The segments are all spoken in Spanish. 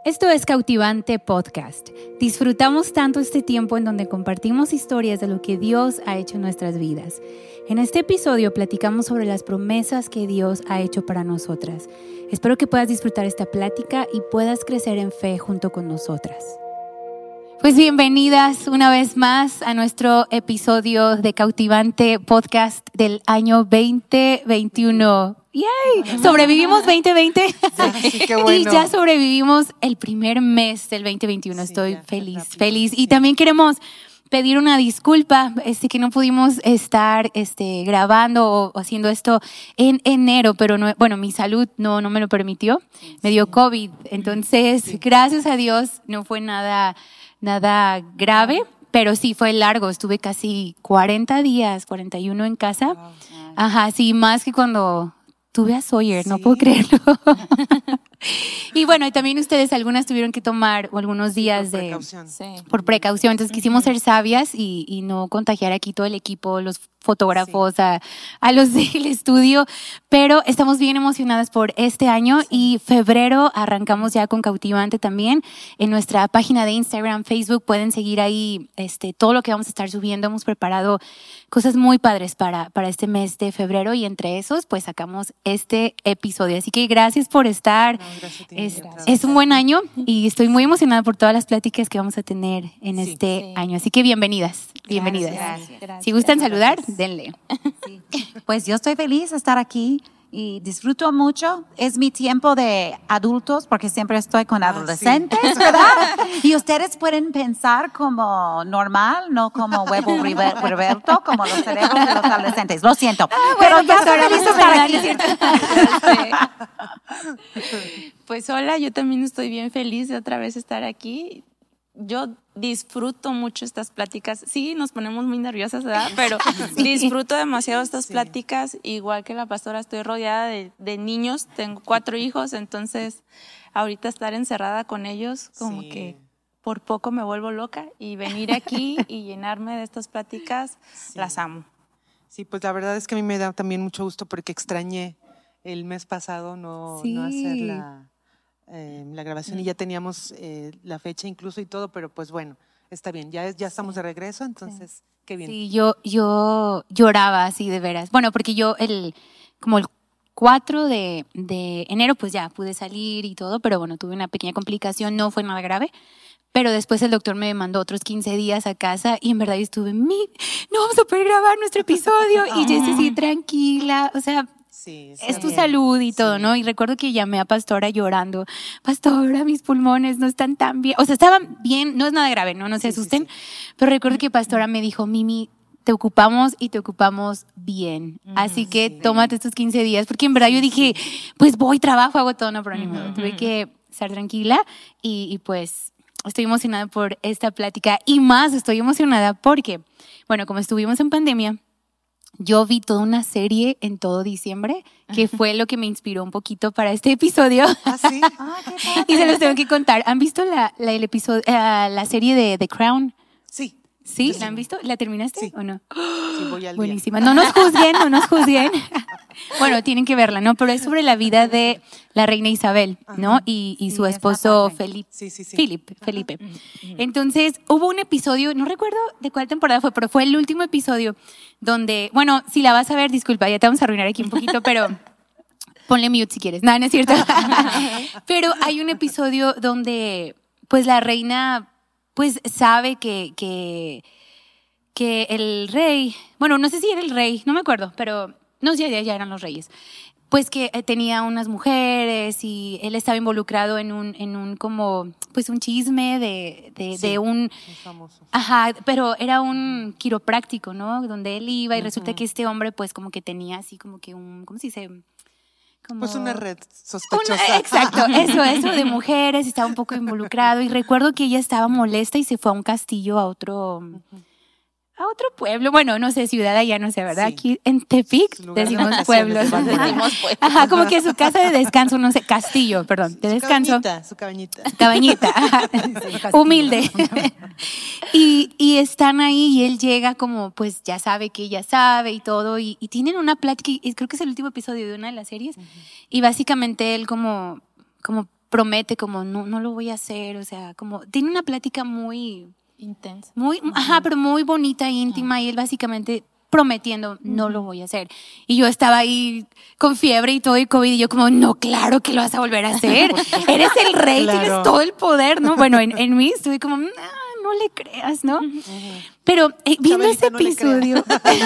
Esto es Cautivante Podcast. Disfrutamos tanto este tiempo en donde compartimos historias de lo que Dios ha hecho en nuestras vidas. En este episodio platicamos sobre las promesas que Dios ha hecho para nosotras. Espero que puedas disfrutar esta plática y puedas crecer en fe junto con nosotras. Pues bienvenidas una vez más a nuestro episodio de Cautivante Podcast del año 2021. ¡Yay! Sobrevivimos 2020 Sí, qué bueno. y ya sobrevivimos el primer mes del 2021. Sí, Estoy ya, feliz. Y también queremos pedir una disculpa que no pudimos estar grabando o haciendo esto en enero, pero no, bueno, mi salud no me lo permitió. Me dio COVID. Entonces, gracias a Dios no fue nada grave, pero sí fue largo. Estuve casi 40 días, 41 en casa. Ajá, sí, más que cuando tuve a Sawyer, no puedo creerlo. Y bueno, y también ustedes, algunas tuvieron que tomar algunos días por precaución. Entonces quisimos ser sabias y no contagiar aquí todo el equipo, los fotógrafos, a los del estudio, pero estamos bien emocionadas por este año y febrero arrancamos ya con Cautivante también. En nuestra página de Instagram, Facebook, pueden seguir ahí todo lo que vamos a estar subiendo. Hemos preparado cosas muy padres para este mes de febrero y entre esos pues sacamos este episodio. Así que gracias por estar. Es un buen año y estoy muy emocionada por todas las pláticas que vamos a tener en este año. Así que bienvenidas. Gracias. Si gustan saludar, denle. Sí. Pues yo estoy feliz de estar aquí y disfruto mucho. Es mi tiempo de adultos porque siempre estoy con adolescentes, ¿verdad? Y ustedes pueden pensar como normal, no como huevo revuelto, como los cerebros de los adolescentes. Lo siento. Pero ya estoy feliz de estar aquí. Pues hola, yo también estoy bien feliz de otra vez estar aquí. Yo disfruto mucho estas pláticas. Sí, nos ponemos muy nerviosas, ¿verdad? Pero disfruto demasiado estas pláticas. Igual que la pastora, estoy rodeada de niños. Tengo 4 hijos, entonces ahorita estar encerrada con ellos como que por poco me vuelvo loca. Y venir aquí y llenarme de estas pláticas, las amo. Sí, pues la verdad es que a mí me da también mucho gusto porque extrañé el mes pasado no hacer la grabación y ya teníamos la fecha incluso y todo, pero pues bueno, está bien, ya estamos de regreso, entonces qué bien. Sí, yo lloraba así de veras. Bueno, porque yo como el 4 de enero pues ya pude salir y todo, pero bueno, tuve una pequeña complicación, no fue nada grave. Pero después el doctor me mandó otros 15 días a casa y en verdad yo estuve, no vamos a poder grabar nuestro episodio. Y yo así, tranquila, o sea, es tu salud y todo, ¿no? Y recuerdo que llamé a Pastora llorando, Pastora, mis pulmones no están tan bien. O sea, estaban bien, no es nada grave, no se asusten. Pero recuerdo que Pastora me dijo, Mimi, te ocupamos y te ocupamos bien. Así que tómate estos 15 días. Porque en verdad yo dije, pues voy, trabajo, hago todo, no, pero ni modo. Tuve que estar tranquila y pues estoy emocionada por esta plática. Y más estoy emocionada porque, bueno, como estuvimos en pandemia, yo vi toda una serie en todo diciembre, que fue lo que me inspiró un poquito para este episodio. ¿Ah, sí? Y se los tengo que contar. ¿Han visto el episodio, la serie de The Crown? Sí. ¿Sí? ¿La han visto? ¿La terminaste o no? Sí, voy al día. Buenísima. No nos juzguen. Bueno, tienen que verla, ¿no? Pero es sobre la vida de la reina Isabel, ¿no? Y su esposo Felipe. Felipe. Entonces, hubo un episodio, no recuerdo de cuál temporada fue, pero fue el último episodio donde, bueno, si la vas a ver, disculpa, ya te vamos a arruinar aquí un poquito, pero ponle mute si quieres. No es cierto. Pero hay un episodio donde, pues, la reina pues sabe que el rey, bueno, no sé si era el rey, no me acuerdo, pero no sé, ya eran los reyes, pues que tenía unas mujeres y él estaba involucrado en un como, pues un chisme de un famoso. Ajá, pero era un quiropráctico, ¿no? Donde él iba y resulta que este hombre pues como que tenía así como que ¿cómo se dice? Pues una red sospechosa. Exacto, eso de mujeres, estaba un poco involucrado y recuerdo que ella estaba molesta y se fue a un castillo a otro pueblo, bueno, no sé, ciudad allá, no sé, ¿verdad? Sí. Aquí en Tepic decimos pueblos. Ajá, como que su casa de descanso, no sé, castillo, perdón, de descanso. Su cabañita. Cabañita, humilde. Y están ahí y él llega como, pues ya sabe que ella sabe y todo, y tienen una plática, y creo que es el último episodio de una de las series, y básicamente él como promete como no lo voy a hacer, o sea, como tiene una plática muy Intenso. pero muy bonita, íntima, y él básicamente prometiendo, no lo voy a hacer. Y yo estaba ahí con fiebre y todo, y COVID, y yo como, no, claro que lo vas a volver a hacer. Eres el rey, Claro. tienes todo el poder, ¿no? Bueno, en mí estuve como, no le creas, ¿no? Pero viendo Chabelita, ese no le episodio,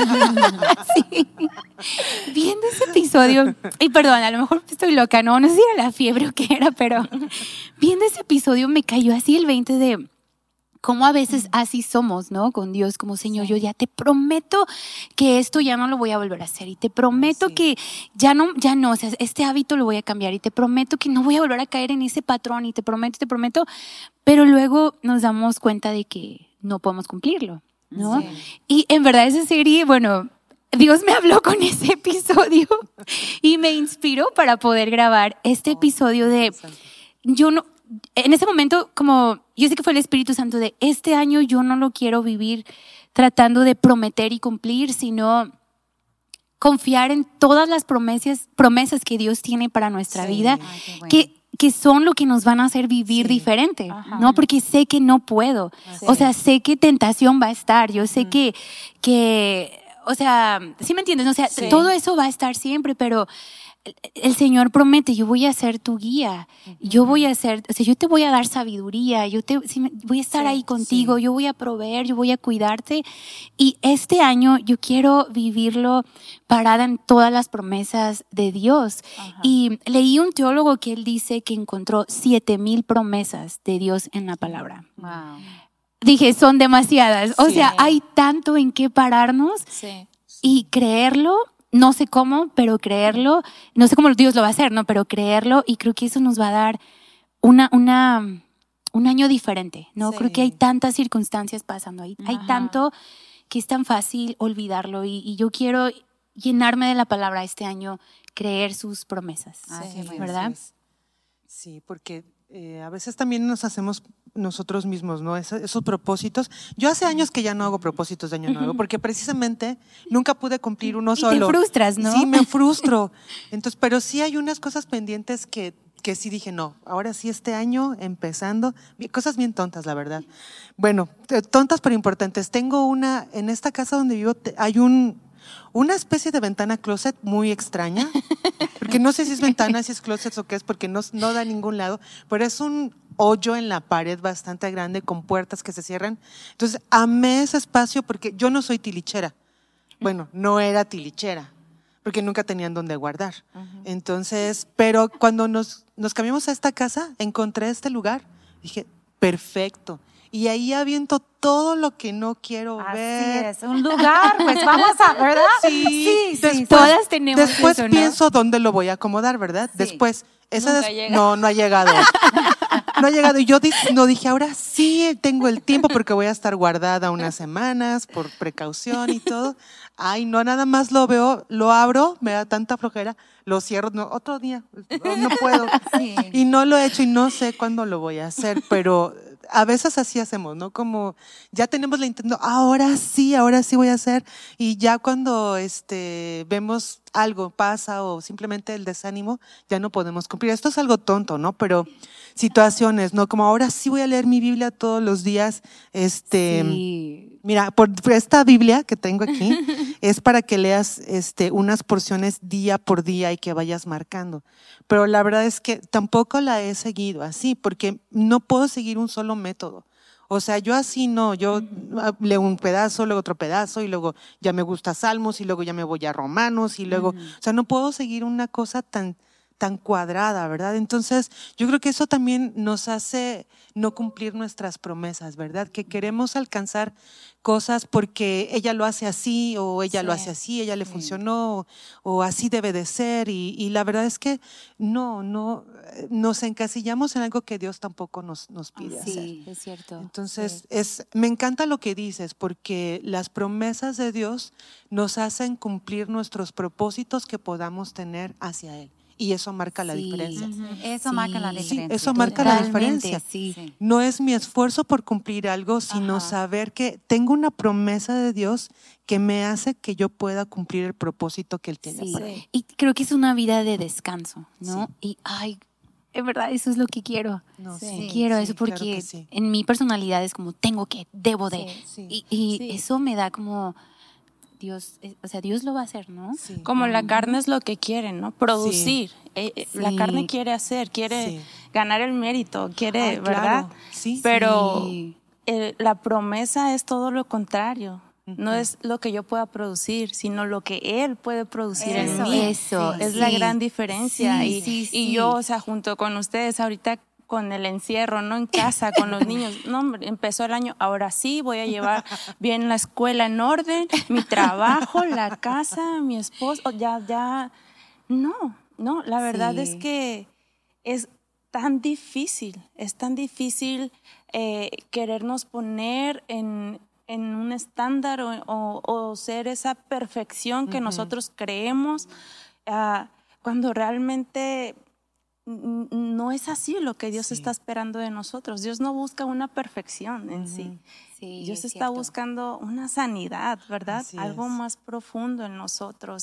sí, viendo ese episodio, y perdón, a lo mejor estoy loca, no sé si era la fiebre o qué era, pero viendo ese episodio me cayó así el 20 de cómo a veces así somos, ¿no? Con Dios, como Señor, yo ya te prometo que esto ya no lo voy a volver a hacer, y te prometo Sí. que ya no, o sea, este hábito lo voy a cambiar, y te prometo que no voy a volver a caer en ese patrón, y te prometo, pero luego nos damos cuenta de que no podemos cumplirlo, ¿no? Sí. Y en verdad esa serie, bueno, Dios me habló con ese episodio y me inspiró para poder grabar este episodio de yo no, en ese momento, como yo sé que fue el Espíritu Santo de este año, yo no lo quiero vivir tratando de prometer y cumplir, sino confiar en todas las promesas que Dios tiene para nuestra Sí. vida, Ay, qué bueno. que son lo que nos van a hacer vivir Sí. diferente, Ajá. ¿no? Porque sé que no puedo. Sí. O sea, sé que tentación va a estar. Yo sé que, o sea, ¿sí me entiendes? O sea, Sí. todo eso va a estar siempre, pero el Señor promete, yo voy a ser tu guía, yo voy a ser, o sea, yo te voy a dar sabiduría, voy a estar ahí contigo, yo voy a proveer, yo voy a cuidarte. Y este año yo quiero vivirlo parada en todas las promesas de Dios. Ajá. Y leí un teólogo que él dice que encontró 7,000 promesas de Dios en la palabra. Wow. Dije, son demasiadas. O Sí. sea, hay tanto en qué pararnos Sí. y creerlo. No sé cómo, pero creerlo, no sé cómo Dios lo va a hacer, ¿no? Pero creerlo, y creo que eso nos va a dar un año diferente, ¿no? Sí. Creo que hay tantas circunstancias pasando ahí, hay Ajá. tanto que es tan fácil olvidarlo, y yo quiero llenarme de la palabra este año, creer sus promesas, Ay, Sí, qué bueno. ¿verdad? Así es. Sí, porque a veces también nos hacemos nosotros mismos, ¿no? Esos propósitos. Yo hace años que ya no hago propósitos de año nuevo, porque precisamente nunca pude cumplir uno Y te solo. frustras, ¿no? Sí, me frustro. Entonces, pero sí hay unas cosas pendientes que sí dije, no, ahora sí este año empezando, cosas bien tontas, la verdad. Bueno, tontas pero importantes. Tengo en esta casa donde vivo hay una especie de ventana closet muy extraña, porque no sé si es ventana, si es closet o qué es, porque no da a ningún lado, pero es un hoyo en la pared bastante grande con puertas que se cierran. Entonces, amé ese espacio porque yo no soy tilichera. Bueno, no era tilichera, porque nunca tenían dónde guardar. Entonces, pero cuando nos cambiamos a esta casa, encontré este lugar, dije, perfecto. Y ahí aviento todo lo que no quiero ver. Así es, un lugar, pues vamos a, ¿verdad? Sí, después, Todas tenemos después eso, ¿no? pienso dónde lo voy a acomodar, ¿verdad? Sí. Después, Nunca llega. no ha llegado. No ha llegado. Y yo no dije, ahora sí tengo el tiempo porque voy a estar guardada unas semanas por precaución y todo. Ay, no, nada más lo veo, lo abro, me da tanta flojera, lo cierro, no, otro día, no puedo. Sí. Y no lo he hecho y no sé cuándo lo voy a hacer, pero a veces así hacemos, ¿no? Como ya tenemos la intención, ahora sí voy a hacer, y ya cuando vemos algo pasa o simplemente el desánimo, ya no podemos cumplir. Esto es algo tonto, ¿no? Pero situaciones, ¿no? Como ahora sí voy a leer mi Biblia todos los días, Sí. Mira, por esta Biblia que tengo aquí es para que leas unas porciones día por día y que vayas marcando. Pero la verdad es que tampoco la he seguido así, porque no puedo seguir un solo método. O sea, yo así no, yo leo un pedazo, luego otro pedazo, y luego ya me gusta Salmos, y luego ya me voy a Romanos, y luego, o sea, no puedo seguir una cosa tan cuadrada, ¿verdad? Entonces, yo creo que eso también nos hace no cumplir nuestras promesas, ¿verdad? Que queremos alcanzar cosas porque ella lo hace así, o ella lo hace así, ella le funcionó, o así debe de ser, y la verdad es que no nos encasillamos en algo que Dios tampoco nos pide hacer. Sí, es cierto. Entonces, me encanta lo que dices, porque las promesas de Dios nos hacen cumplir nuestros propósitos que podamos tener hacia Él. Y eso marca la Sí. diferencia. Eso Sí. marca la Sí, diferencia. eso marca la Totalmente, diferencia. Sí. Sí. No es mi esfuerzo por cumplir algo, sino Ajá. saber que tengo una promesa de Dios que me hace que yo pueda cumplir el propósito que Él tiene Sí. para mí. Y creo que es una vida de descanso, ¿no? Y en verdad eso es lo que quiero. No, Quiero sí, eso porque claro que sí. en mi personalidad es como tengo que, debo de. Sí. Y eso me da como Dios, o sea, Dios lo va a hacer, ¿no? Sí. Como la carne es lo que quiere, ¿no? Producir. La Sí. carne quiere hacer, quiere Sí. ganar el mérito, quiere, Ay, ¿verdad? claro. Sí. Pero Sí. la promesa es todo lo contrario. No es lo que yo pueda producir, sino lo que Él puede producir en mí. Eso, Es sí. la gran diferencia. Sí, y sí. yo, o sea, junto con ustedes ahorita con el encierro, ¿no? En casa, con los niños. No, hombre, empezó el año, ahora sí voy a llevar bien la escuela en orden, mi trabajo, la casa, mi esposo, ya. No, la verdad Sí. es que es tan difícil querernos poner en un estándar o ser esa perfección que nosotros creemos, cuando realmente no es así lo que Dios está esperando de nosotros. Dios no busca una perfección en sí. Sí, Dios es está cierto. buscando una sanidad, ¿verdad? Así Algo es. más profundo en nosotros.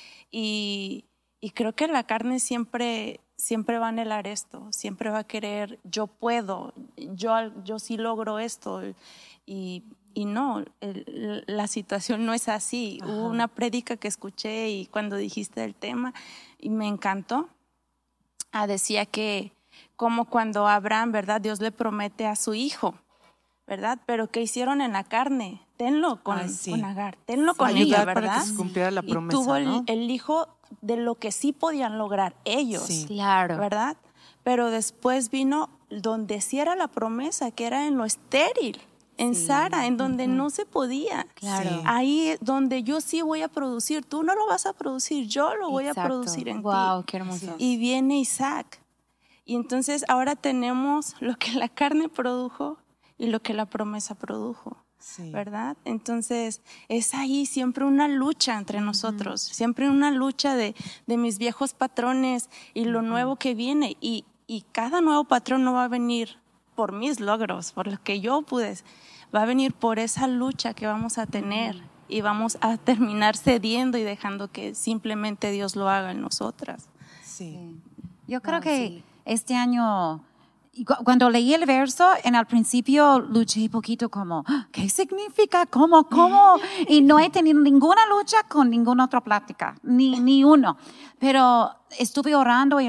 Y creo que la carne siempre va a anhelar esto, siempre va a querer, yo puedo, yo sí logro esto. Y no, la situación no es así. Hubo una prédica que escuché y cuando dijiste el tema, y me encantó. Decía que como cuando Abraham, ¿verdad? Dios le promete a su hijo, ¿verdad? Pero ¿qué hicieron en la carne? Tenlo con Agar, tenlo con ella, Ayudar ¿verdad? para que se cumpliera la promesa, y tuvo ¿no? el hijo de lo que sí podían lograr ellos, Sí. Claro. ¿verdad? Pero después vino donde sí era la promesa, que era en lo estéril, en Sara, en donde no se podía. Claro. Sí. Ahí donde yo sí voy a producir, tú no lo vas a producir, yo lo voy a Exacto. producir en ti. Wow, qué hermoso. Y viene Isaac. Y entonces ahora tenemos lo que la carne produjo y lo que la promesa produjo, Sí. ¿verdad? Entonces es ahí siempre una lucha entre nosotros, siempre una lucha de mis viejos patrones y lo nuevo que viene. Y cada nuevo patrón no va a venir por mis logros, por lo que yo pude, va a venir por esa lucha que vamos a tener y vamos a terminar cediendo y dejando que simplemente Dios lo haga en nosotras. Sí. Yo creo Wow, que sí. este año, cuando leí el verso, en el principio luché poquito como, ¿qué significa? ¿Cómo? Y no he tenido ninguna lucha con ninguna otra plática, ni uno. Pero estuve orando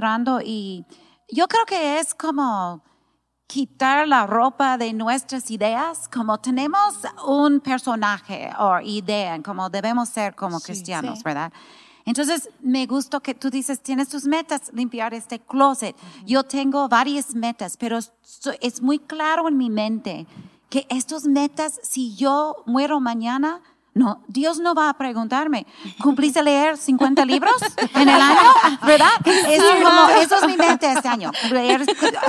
y yo creo que es como quitar la ropa de nuestras ideas, como tenemos un personaje o idea, como debemos ser como cristianos, sí. ¿verdad? Entonces, me gustó que tú dices, tienes tus metas, limpiar este closet. Yo tengo varias metas, pero es muy claro en mi mente que estas metas, si yo muero mañana, no, Dios no va a preguntarme, ¿cumpliste leer 50 libros en el año? ¿Verdad? Eso es mi mente este año, leer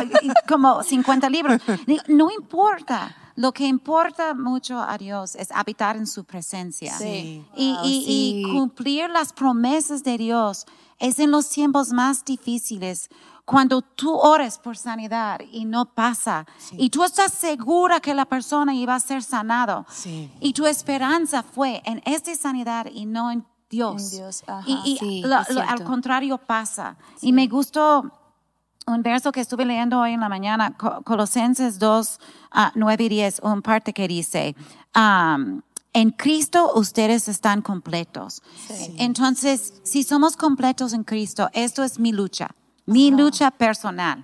como 50 libros. No importa. Lo que importa mucho a Dios es habitar en su presencia. Sí. Y cumplir las promesas de Dios es en los tiempos más difíciles. Cuando tú ores por sanidad y no pasa, y tú estás segura que la persona iba a ser sanado, y tu esperanza fue en esta sanidad y no en Dios. En Dios, ajá. Y Sí, es al cierto. contrario pasa. Y me gustó un verso que estuve leyendo hoy en la mañana, Colosenses 2, 9 y 10, un parte que dice, en Cristo ustedes están completos. Sí. Entonces, si somos completos en Cristo, esto es mi lucha. Mi lucha personal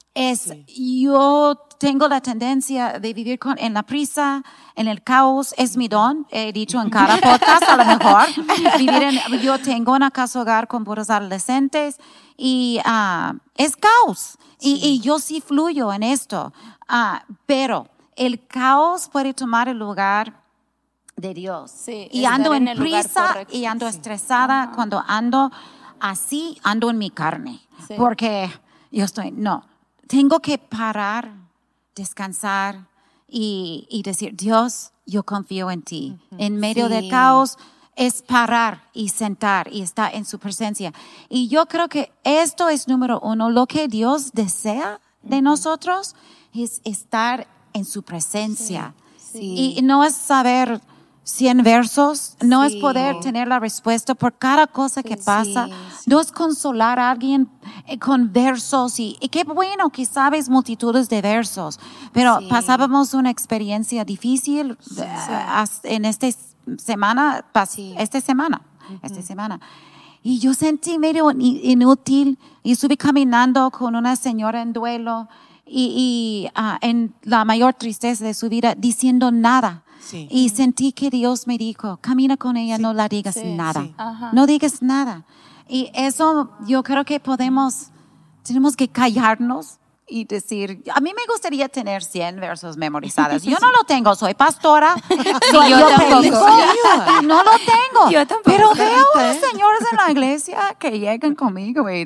yo tengo la tendencia de vivir en la prisa, en el caos, es mi don, he dicho en cada podcast a lo mejor, yo tengo una casa hogar con puros adolescentes y es caos y yo sí fluyo en esto, pero el caos puede tomar el lugar de Dios. Sí, Y estar ando en en el lugar prisa correcto. y ando estresada cuando ando así, ando en mi carne. Sí. Porque yo tengo que parar, descansar y decir, Dios, yo confío en ti. En medio del caos es parar y sentar y estar en su presencia. Y yo creo que esto es número uno. Lo que Dios desea de nosotros es estar en su presencia. Sí. Y no es saber 100 versos, no es Sí. poder tener la respuesta por cada cosa que pasa, no es consolar a alguien con versos y qué bueno que sabes multitudes de versos, pero Sí. pasábamos una experiencia difícil en esta semana, esta semana. Y yo sentí medio inútil y estuve caminando con una señora en duelo y en la mayor tristeza de su vida diciendo nada. Sí. Y sentí que Dios me dijo, camina con ella, no la digas nada. Sí. No digas nada. Y eso yo creo que tenemos que callarnos y decir, a mí me gustaría tener 100 versos memorizados. Yo no lo tengo, soy pastora. yo tampoco. predico, y no lo tengo. Yo tampoco. Pero veo a los señores en la iglesia que llegan conmigo y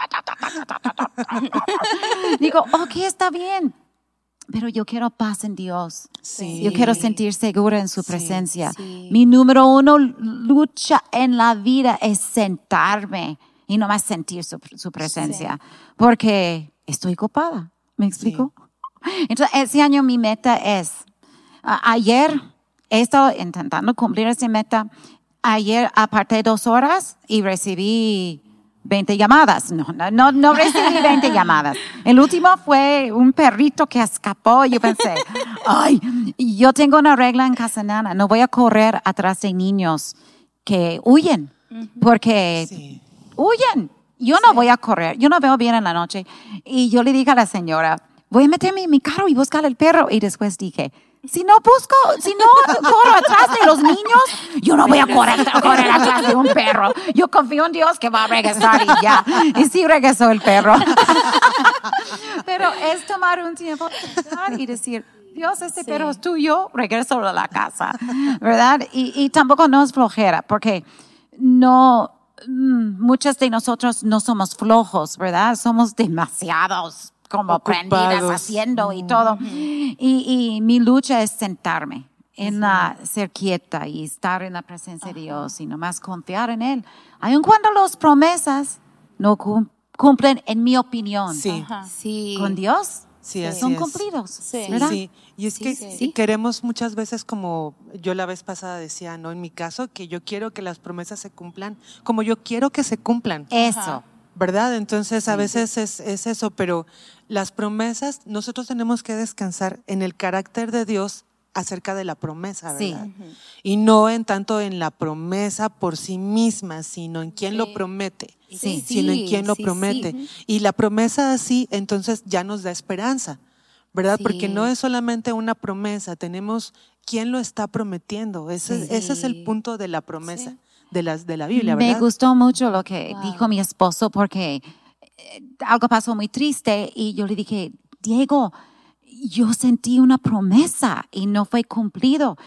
digo, ok, está bien. Pero yo quiero paz en Dios. Sí. Yo quiero sentir segura en su presencia. Sí. Mi número 1 lucha en la vida es sentarme y no más sentir su presencia. Porque estoy ocupada. ¿Me explico? Entonces, ese año mi meta es, ayer he estado intentando cumplir esa meta. Ayer aparté 2 horas y recibí 20 llamadas. No recibí 20 llamadas. El último fue un perrito que escapó y yo pensé, ay, yo tengo una regla en Casa Nana, no voy a correr atrás de niños que huyen, porque huyen. Yo no voy a correr, yo no veo bien en la noche. Y yo le dije a la señora, voy a meterme en mi carro y buscar el perro. Y después dije, si no corro atrás de los niños, yo no voy a correr atrás de un perro. Yo confío en Dios que va a regresar y ya. Y sí regresó el perro. Pero es tomar un tiempo y decir, Dios, este perro es tuyo, regreso a la casa, ¿verdad? Y tampoco no es flojera, porque muchos de nosotros no somos flojos, ¿verdad? Somos demasiados como prendidas haciendo y todo. Y mi lucha es sentarme ser quieta y estar en la presencia de Dios y nomás confiar en Él. Aun cuando las promesas no cumplen, en mi opinión, Sí. con Dios Sí, así son es. cumplidos, Sí. ¿verdad? Sí, y es que queremos muchas veces, como yo la vez pasada decía, ¿no? En mi caso, que yo quiero que las promesas se cumplan como yo quiero que se cumplan. Eso. ¿Verdad? Entonces a veces es eso, pero las promesas, nosotros tenemos que descansar en el carácter de Dios acerca de la promesa, ¿verdad? Y no en tanto en la promesa por sí misma, sino en quien lo promete, sino en quien lo promete. Y la promesa así, entonces ya nos da esperanza, ¿verdad? Sí. Porque no es solamente una promesa, tenemos quien lo está prometiendo. Ese es el punto de la promesa. De la Biblia, ¿verdad? Me gustó mucho lo que dijo mi esposo porque algo pasó muy triste y yo le dije, Diego, yo sentí una promesa y no fue cumplido.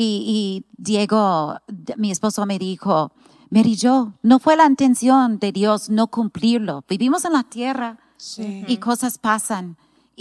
Y Diego, mi esposo me dijo, Mary Jo, no fue la intención de Dios no cumplirlo. Vivimos en la tierra y cosas pasan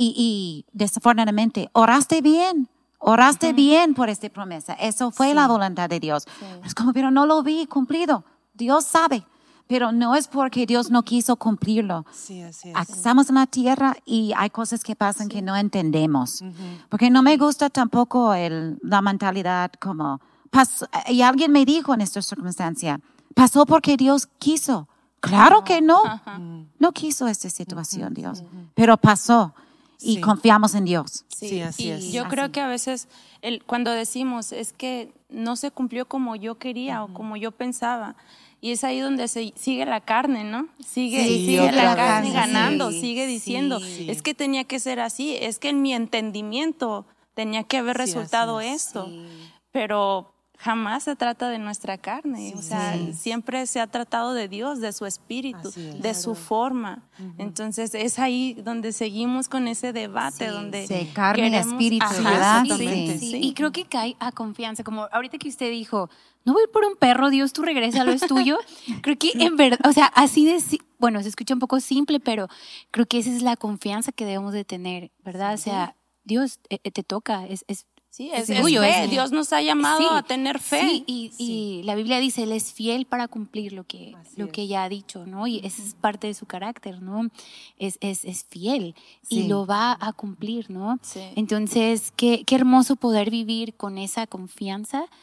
y desafortunadamente oraste bien. Oraste bien por esta promesa. Eso fue la voluntad de Dios. Es como, pero no lo vi cumplido. Dios sabe, pero no es porque Dios no quiso cumplirlo. Sí, así es. Estamos en la tierra y hay cosas que pasan que no entendemos. Porque no me gusta tampoco la mentalidad como, y alguien me dijo en esta circunstancia, pasó porque Dios quiso. Claro que no. No quiso esta situación Dios, pero pasó. Y confiamos en Dios. Sí, así es. Yo creo que a veces cuando decimos es que no se cumplió como yo quería o como yo pensaba, y es ahí donde sigue la carne, ¿no? Sigue la carne ganando, sigue diciendo, es que tenía que ser así, es que en mi entendimiento tenía que haber resultado esto, pero jamás se trata de nuestra carne, o sea, siempre se ha tratado de Dios, de su espíritu, de su forma. Entonces es ahí donde seguimos con ese debate, donde carne y espíritu, ¿verdad? Sí. Y creo que cae a confianza, como ahorita que usted dijo, no voy por un perro, Dios, tú regrésalo, es tuyo. Creo que en verdad, o sea, así bueno, se escucha un poco simple, pero creo que esa es la confianza que debemos de tener, ¿verdad? O sea, Dios, te toca, es tuyo, fe. Dios nos ha llamado a tener fe. Sí, y la Biblia dice, Él es fiel para cumplir lo que ella ha dicho, ¿no? Y esa es parte de su carácter, ¿no? Es fiel y lo va a cumplir, ¿no? Sí. Entonces, qué hermoso poder vivir con esa confianza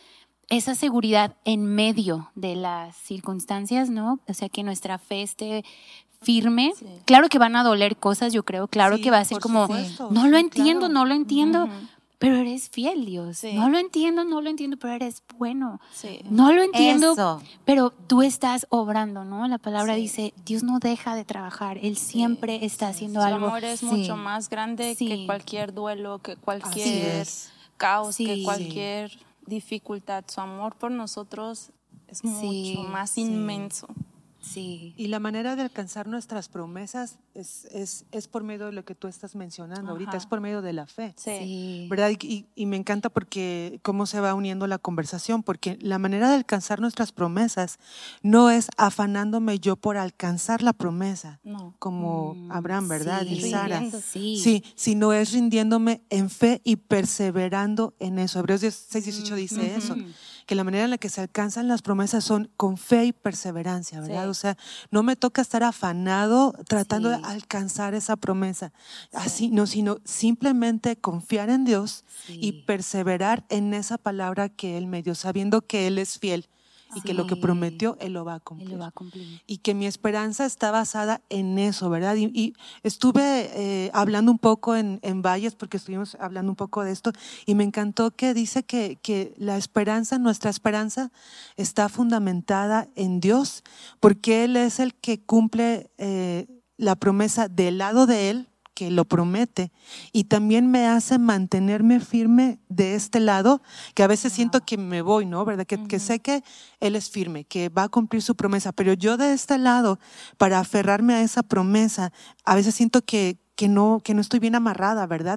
esa seguridad en medio de las circunstancias, ¿no? O sea, que nuestra fe esté firme. Sí. Claro que van a doler cosas, yo creo. Claro Sí, que va a ser por como, supuesto, no lo sí, entiendo, claro. no lo entiendo, pero eres fiel, Dios. Sí. No lo entiendo, pero eres bueno. Sí. No lo entiendo, Eso. pero tú estás obrando, ¿no? La palabra Sí. dice, Dios no deja de trabajar. Él siempre está haciendo Su algo. amor es Sí. mucho más grande Sí. que cualquier duelo, que Así cualquier es. caos, Sí. que cualquier dificultad. Su amor por nosotros es Sí, mucho más sí. inmenso. Sí. Y la manera de alcanzar nuestras promesas es por medio de lo que tú estás mencionando ahorita, Ajá. es por medio de la fe. Sí. ¿Verdad? Y me encanta porque cómo se va uniendo la conversación, porque la manera de alcanzar nuestras promesas no es afanándome yo por alcanzar la promesa, No. como Abraham, ¿verdad? Sí, Y Sara. Sí. Sí, sino es rindiéndome en fe y perseverando en eso. Hebreos 6:18 dice eso, que la manera en la que se alcanzan las promesas son con fe y perseverancia, ¿verdad? Sí. O sea, no me toca estar afanado tratando Sí. de alcanzar esa promesa, así, no, sino simplemente confiar en Dios y Sí. perseverar en esa palabra que Él me dio, sabiendo que Él es fiel y que lo que Sí. prometió, Él lo va a Él cumplir. lo va a cumplir. Y que mi esperanza está basada en eso, ¿verdad? Y estuve hablando un poco en Valles, porque estuvimos hablando un poco de esto, y me encantó que dice que la esperanza, nuestra esperanza, está fundamentada en Dios, porque Él es el que cumple la promesa del lado de Él, que lo promete, y también me hace mantenerme firme de este lado, que a veces siento que me voy, ¿no? ¿Verdad? Que sé que Él es firme, que va a cumplir su promesa, pero yo de este lado, para aferrarme a esa promesa, a veces siento que no estoy bien amarrada, ¿verdad?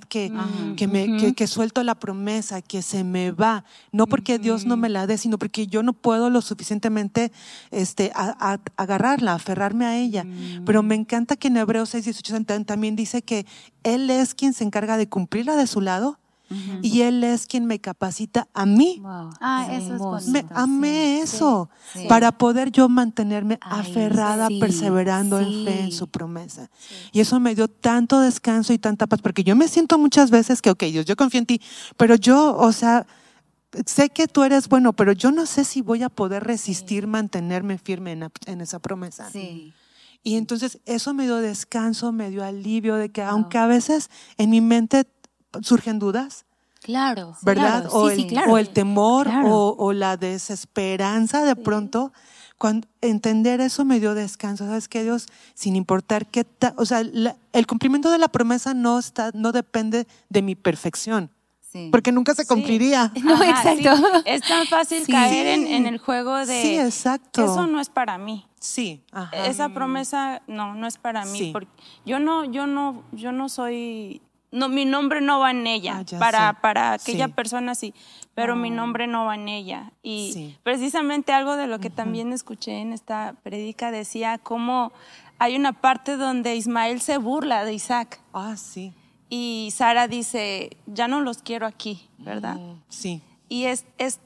Que suelto la promesa, que se me va, no porque Dios no me la dé, sino porque yo no puedo lo suficientemente agarrarla, aferrarme a ella. Pero me encanta que en Hebreos 6:18 también dice que Él es quien se encarga de cumplirla de su lado y Él es quien me capacita a mí. Wow. Ah, eso es Hermoso. bonito. Amé eso, sí. para poder yo mantenerme Ay, aferrada, sí, perseverando en sí. fe en su promesa. Y eso me dio tanto descanso y tanta paz, porque yo me siento muchas veces que, ok, Dios, yo confío en ti, pero yo, o sea, sé que tú eres bueno, pero yo no sé si voy a poder resistir, mantenerme firme en esa promesa. Sí. Y entonces eso me dio descanso, me dio alivio de que aunque a veces en mi mente surgen dudas, Claro. ¿verdad? Claro. O, Sí, sí, el, claro. o el temor Claro. o la desesperanza de pronto. Cuando entender eso me dio descanso. ¿Sabes qué, Dios? Sin importar qué o sea, el cumplimiento de la promesa no depende de mi perfección, Sí. porque nunca se cumpliría. No, Ajá, exacto. sí. Es tan fácil Sí. caer en el juego de Sí, exacto. eso no es para mí. Sí, ajá. Esa promesa no es para mí. Sí. Porque yo no soy, no, mi nombre no va en ella. Ah, ya para sé. aquella Sí. persona sí, pero mi nombre no va en ella. Y Sí. precisamente algo de lo que también escuché en esta prédica decía cómo hay una parte donde Ismael se burla de Isaac Sí. y Sara dice, ya no los quiero aquí, ¿verdad? Sí. Y es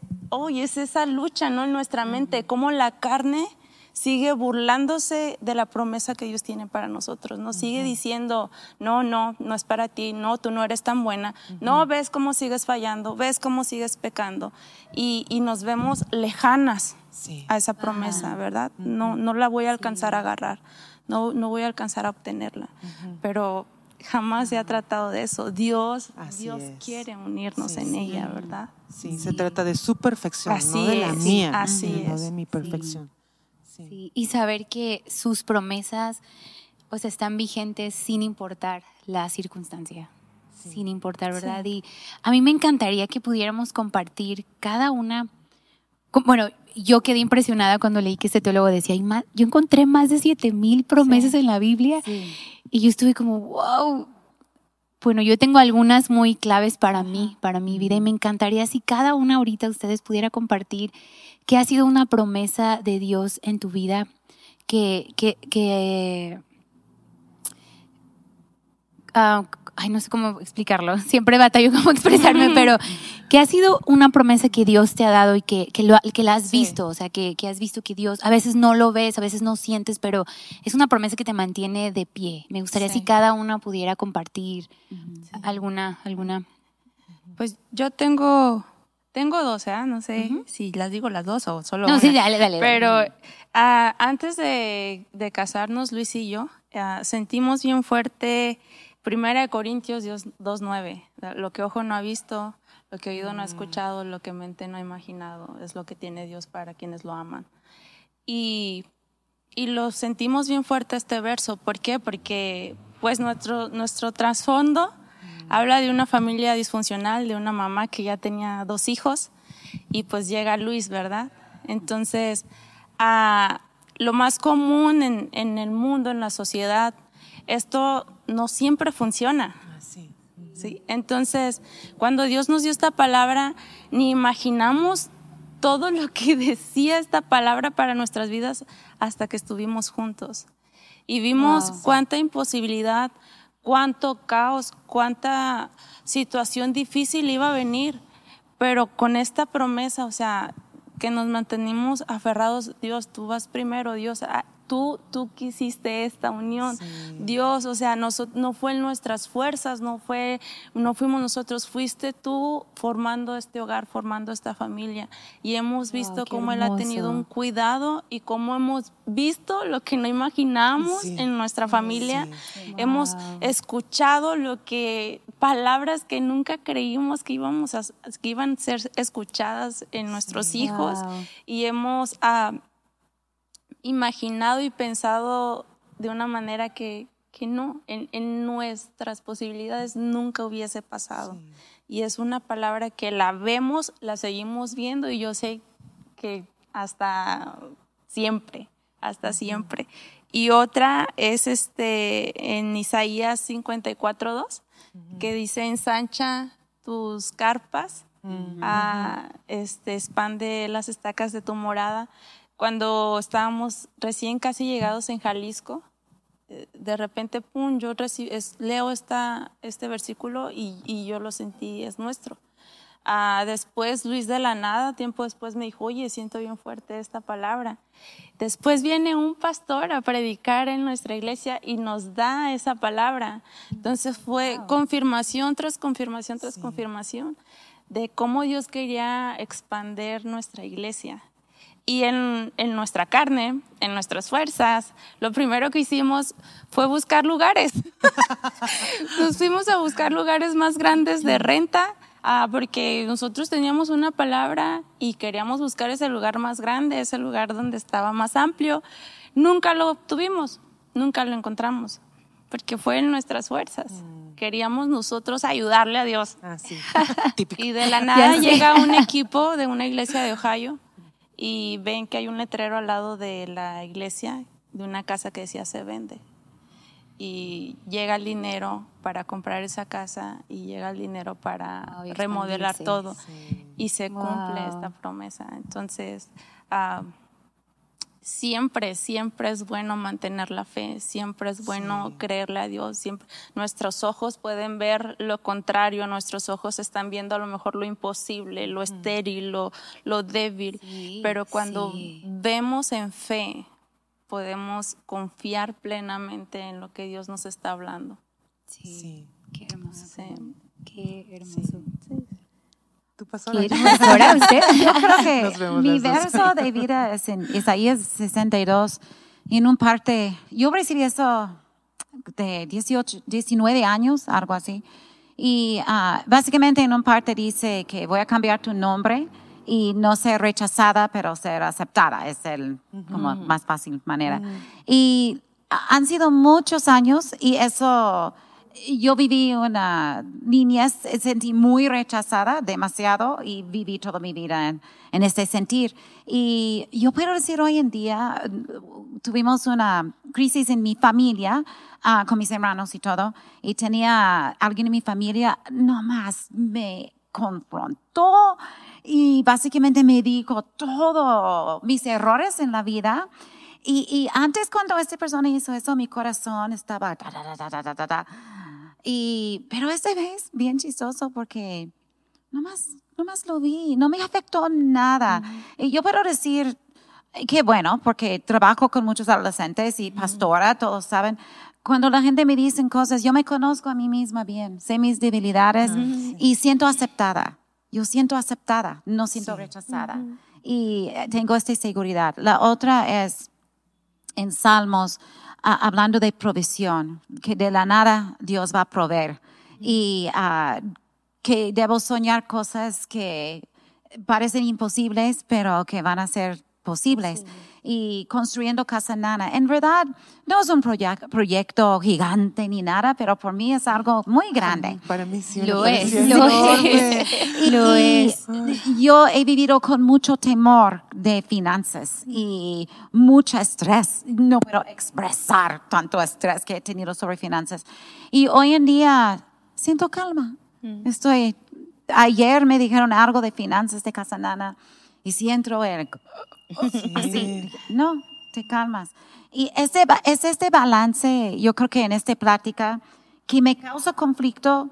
esa lucha, ¿no? En nuestra mente, cómo la carne sigue burlándose de la promesa que Dios tiene para nosotros, nos sigue diciendo, no es para ti, no, tú no eres tan buena, no, ves cómo sigues fallando, ves cómo sigues pecando, y nos vemos lejanas Sí. a esa promesa, ¿verdad? No la voy a alcanzar a agarrar, no voy a alcanzar a obtenerla, pero jamás se ha tratado de eso. Dios Así es. quiere unirnos Sí, en sí. ella, ¿verdad? Sí, se trata de su perfección, Así no de la es, mía, así no es. de mi perfección. Sí. Sí, y saber que sus promesas, o sea, están vigentes sin importar la circunstancia, sin importar, ¿verdad? Y a mí me encantaría que pudiéramos compartir cada una. Bueno, yo quedé impresionada cuando leí que este teólogo decía, yo encontré más de 7,000 promesas en la Biblia y yo estuve como, wow. Bueno, yo tengo algunas muy claves para mí, para mi vida, y me encantaría si cada una ahorita ustedes pudiera compartir qué ha sido una promesa de Dios en tu vida ay, no sé cómo explicarlo, siempre batallo cómo expresarme, pero que ha sido una promesa que Dios te ha dado y que la has visto, o sea, que has visto que Dios, a veces no lo ves, a veces no sientes, pero es una promesa que te mantiene de pie. Me gustaría si cada una pudiera compartir alguna. Pues yo tengo Tengo dos, no sé si las digo las dos o solo No, una. sí, dale. Pero antes de casarnos, Luis y yo, sentimos bien fuerte 1 Corintios 2:9. Lo que ojo no ha visto, lo que oído no ha escuchado, lo que mente no ha imaginado, es lo que tiene Dios para quienes lo aman. Y lo sentimos bien fuerte este verso. ¿Por qué? Porque pues nuestro trasfondo habla de una familia disfuncional, de una mamá que ya tenía 2 hijos y pues llega Luis, ¿verdad? Entonces, lo más común en el mundo, en la sociedad, esto no siempre funciona. ¿Sí? Entonces, cuando Dios nos dio esta palabra, ni imaginamos todo lo que decía esta palabra para nuestras vidas hasta que estuvimos juntos. Y vimos cuánta imposibilidad, cuánto caos, cuánta situación difícil iba a venir, pero con esta promesa, o sea, que nos mantenimos aferrados. Dios, tú vas primero, Dios, tú quisiste esta unión. Sí. Dios, o sea, no fue en nuestras fuerzas, no fuimos nosotros, fuiste tú formando este hogar, formando esta familia. Y hemos visto cómo Él ha tenido un cuidado y cómo hemos visto lo que no imaginábamos en nuestra familia. Sí. Hemos escuchado palabras que nunca creímos que iban a ser escuchadas en nuestros hijos. Y hemos imaginado y pensado de una manera que no, en nuestras posibilidades nunca hubiese pasado. Sí. Y es una palabra que la vemos, la seguimos viendo, y yo sé que hasta siempre. Y otra es en Isaías 54:2, que dice: ensancha tus carpas, expande las estacas de tu morada. Cuando estábamos recién casi llegados en Jalisco, de repente, yo leo este versículo y yo lo sentí, es nuestro. Después, Luis de la nada, tiempo después, me dijo: oye, siento bien fuerte esta palabra. Después viene un pastor a predicar en nuestra iglesia y nos da esa palabra. Entonces fue confirmación tras confirmación tras confirmación de cómo Dios quería expandir nuestra iglesia. Y en nuestra carne, en nuestras fuerzas, lo primero que hicimos fue buscar lugares. Nos fuimos a buscar lugares más grandes de renta, porque nosotros teníamos una palabra y queríamos buscar ese lugar más grande, ese lugar donde estaba más amplio. Nunca lo obtuvimos, nunca lo encontramos, porque fue en nuestras fuerzas. Queríamos nosotros ayudarle a Dios. Y de la nada llega un equipo de una iglesia de Ohio y ven que hay un letrero al lado de la iglesia, de una casa que decía se vende. Y llega el dinero para comprar esa casa y llega el dinero para remodelar todo. Y se cumple esta promesa. Entonces, siempre es bueno mantener la fe, siempre es bueno creerle a Dios. Siempre. Nuestros ojos pueden ver lo contrario, nuestros ojos están viendo a lo mejor lo imposible, lo estéril, lo débil, pero cuando vemos en fe, podemos confiar plenamente en lo que Dios nos está hablando. Sí. Qué hermoso. Qué hermoso. ¿Tú, pastora? ¿Ahora usted? Yo creo que mi verso de vida es en Isaías 62. Y en un parte, yo recibí eso de 19 años, algo así. Y básicamente en un parte dice que voy a cambiar tu nombre y no ser rechazada, pero ser aceptada. Es como más fácil manera. Y han sido muchos años y eso... Yo viví una niñez, sentí muy rechazada, demasiado, y viví toda mi vida en ese sentir. Y yo puedo decir hoy en día, tuvimos una crisis en mi familia, con mis hermanos y todo, y tenía alguien en mi familia, nomás me confrontó y básicamente me dijo todos mis errores en la vida. Y antes, cuando esta persona hizo eso, mi corazón estaba pero esta vez, bien chistoso, porque nomás lo vi, no me afectó nada. Y yo puedo decir que bueno, porque trabajo con muchos adolescentes y pastora, todos saben, cuando la gente me dice cosas, yo me conozco a mí misma bien, sé mis debilidades y siento aceptada. yo siento aceptada, no siento rechazada. Y tengo esta seguridad. La otra es en Salmos, hablando de provisión, que de la nada Dios va a proveer. Y que debo soñar cosas que parecen imposibles, pero que van a ser posibles. Y construyendo Casa Nana. En verdad, no es un proyecto gigante ni nada, pero por mí es algo muy grande. Para mí sí. Lo es. Lo es. Yo he vivido con mucho temor de finanzas y mucho estrés. No puedo expresar tanto estrés que he tenido sobre finanzas. Y hoy en día siento calma. Ayer me dijeron algo de finanzas de Casa Nana y si entro así, no, te calmas. Y es este balance, yo creo que en esta plática, que me causa conflicto